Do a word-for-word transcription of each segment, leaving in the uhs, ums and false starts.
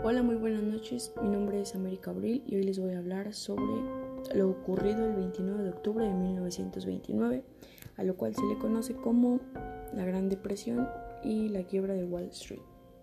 Hola, muy buenas noches. Mi nombre es América Abril y hoy les voy a hablar sobre lo ocurrido el veintinueve de octubre de mil novecientos veintinueve, a lo cual se le conoce como la Gran Depresión y la quiebra de Wall Street.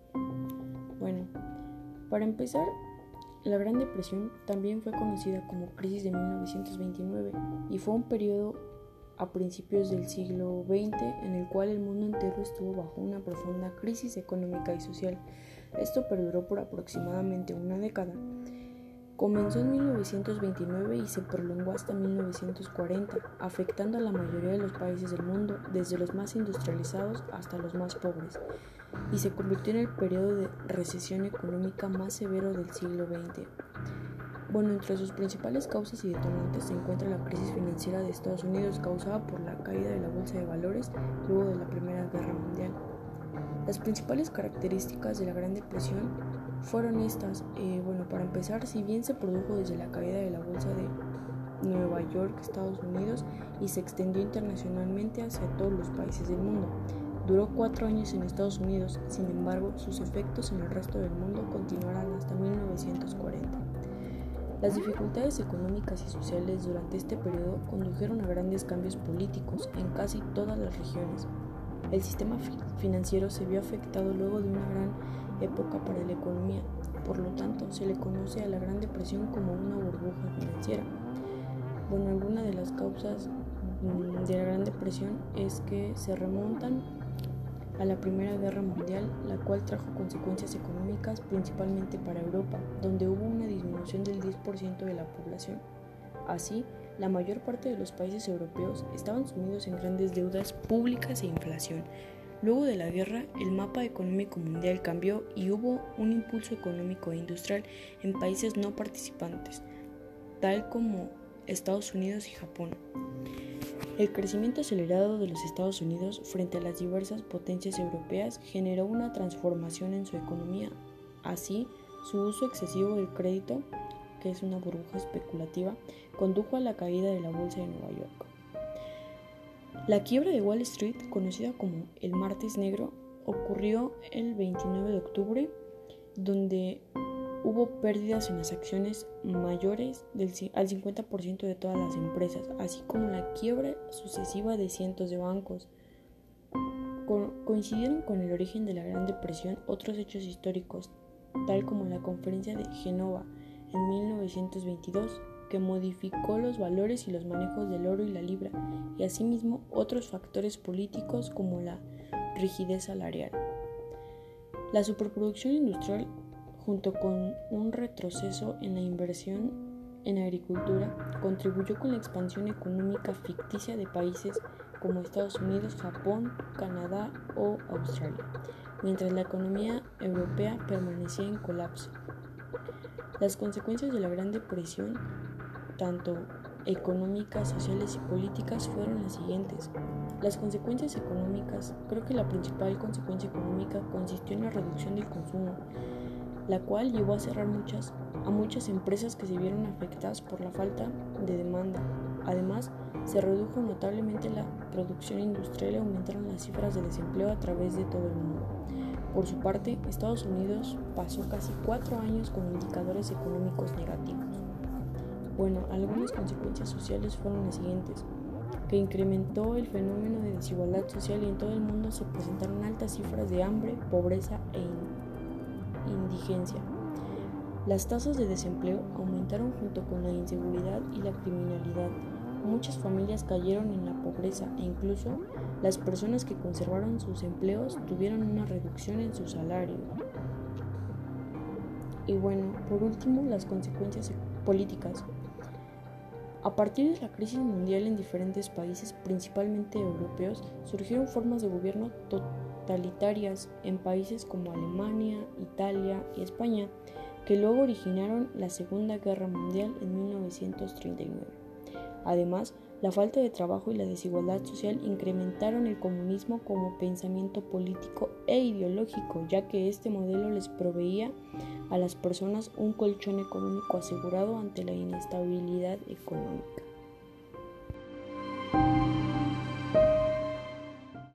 Bueno, para empezar, la Gran Depresión también fue conocida como crisis de mil novecientos veintinueve y fue un periodo a principios del siglo veinte en el cual el mundo entero estuvo bajo una profunda crisis económica y social. Esto perduró por aproximadamente una década. Comenzó en mil novecientos veintinueve y se prolongó hasta mil novecientos cuarenta, afectando a la mayoría de los países del mundo, desde los más industrializados hasta los más pobres, y se convirtió en el periodo de recesión económica más severo del siglo veinte. Bueno, entre sus principales causas y detonantes se encuentra la crisis financiera de Estados Unidos causada por la caída de la bolsa de valores luego de la Primera Guerra Mundial. Las principales características de la Gran Depresión fueron estas. Eh, bueno, para empezar, si bien se produjo desde la caída de la bolsa de Nueva York, Estados Unidos, y se extendió internacionalmente hacia todos los países del mundo, duró cuatro años en Estados Unidos. Sin embargo, sus efectos en el resto del mundo continuaron hasta mil novecientos cuarenta. Las dificultades económicas y sociales durante este periodo condujeron a grandes cambios políticos en casi todas las regiones. El sistema financiero se vio afectado luego de una gran época para la economía. Por lo tanto, se le conoce a la Gran Depresión como una burbuja financiera. Bueno, algunas de las causas de la Gran Depresión es que se remontan a la Primera Guerra Mundial, la cual trajo consecuencias económicas principalmente para Europa, donde hubo una disminución del diez por ciento de la población. Así, la mayor parte de los países europeos estaban sumidos en grandes deudas públicas e inflación. Luego de la guerra, el mapa económico mundial cambió y hubo un impulso económico e industrial en países no participantes, tal como Estados Unidos y Japón. El crecimiento acelerado de los Estados Unidos frente a las diversas potencias europeas generó una transformación en su economía. Así, su uso excesivo del crédito, que es una burbuja especulativa, condujo a la caída de la bolsa de Nueva York. La quiebra de Wall Street, conocida como el Martes Negro, ocurrió el veintinueve de octubre, donde hubo pérdidas en las acciones mayores del, al cincuenta por ciento de todas las empresas, así como la quiebra sucesiva de cientos de bancos. Co- coincidieron con el origen de la Gran Depresión otros hechos históricos, tal como la Conferencia de Génova en mil novecientos veintidós, que modificó los valores y los manejos del oro y la libra, y asimismo otros factores políticos como la rigidez salarial. La superproducción industrial, junto con un retroceso en la inversión en agricultura, contribuyó con la expansión económica ficticia de países como Estados Unidos, Japón, Canadá o Australia, mientras la economía europea permanecía en colapso. Las consecuencias de la Gran Depresión, tanto económicas, sociales y políticas, fueron las siguientes. Las consecuencias económicas, creo que la principal consecuencia económica consistió en la reducción del consumo, la cual llevó a cerrar muchas, a muchas empresas que se vieron afectadas por la falta de demanda. Además, se redujo notablemente la producción industrial y aumentaron las cifras de desempleo a través de todo el mundo. Por su parte, Estados Unidos pasó casi cuatro años con indicadores económicos negativos. Bueno, algunas consecuencias sociales fueron las siguientes: que incrementó el fenómeno de desigualdad social y en todo el mundo se presentaron altas cifras de hambre, pobreza e indigencia. Las tasas de desempleo aumentaron junto con la inseguridad y la criminalidad. Muchas familias cayeron en la pobreza e incluso las personas que conservaron sus empleos tuvieron una reducción en su salario. Y bueno, por último, las consecuencias políticas. A partir de la crisis mundial en diferentes países, principalmente europeos, surgieron formas de gobierno totalitarias en países como Alemania, Italia y España, que luego originaron la Segunda Guerra Mundial en mil novecientos treinta y nueve. Además, la falta de trabajo y la desigualdad social incrementaron el comunismo como pensamiento político e ideológico, ya que este modelo les proveía a las personas un colchón económico asegurado ante la inestabilidad económica.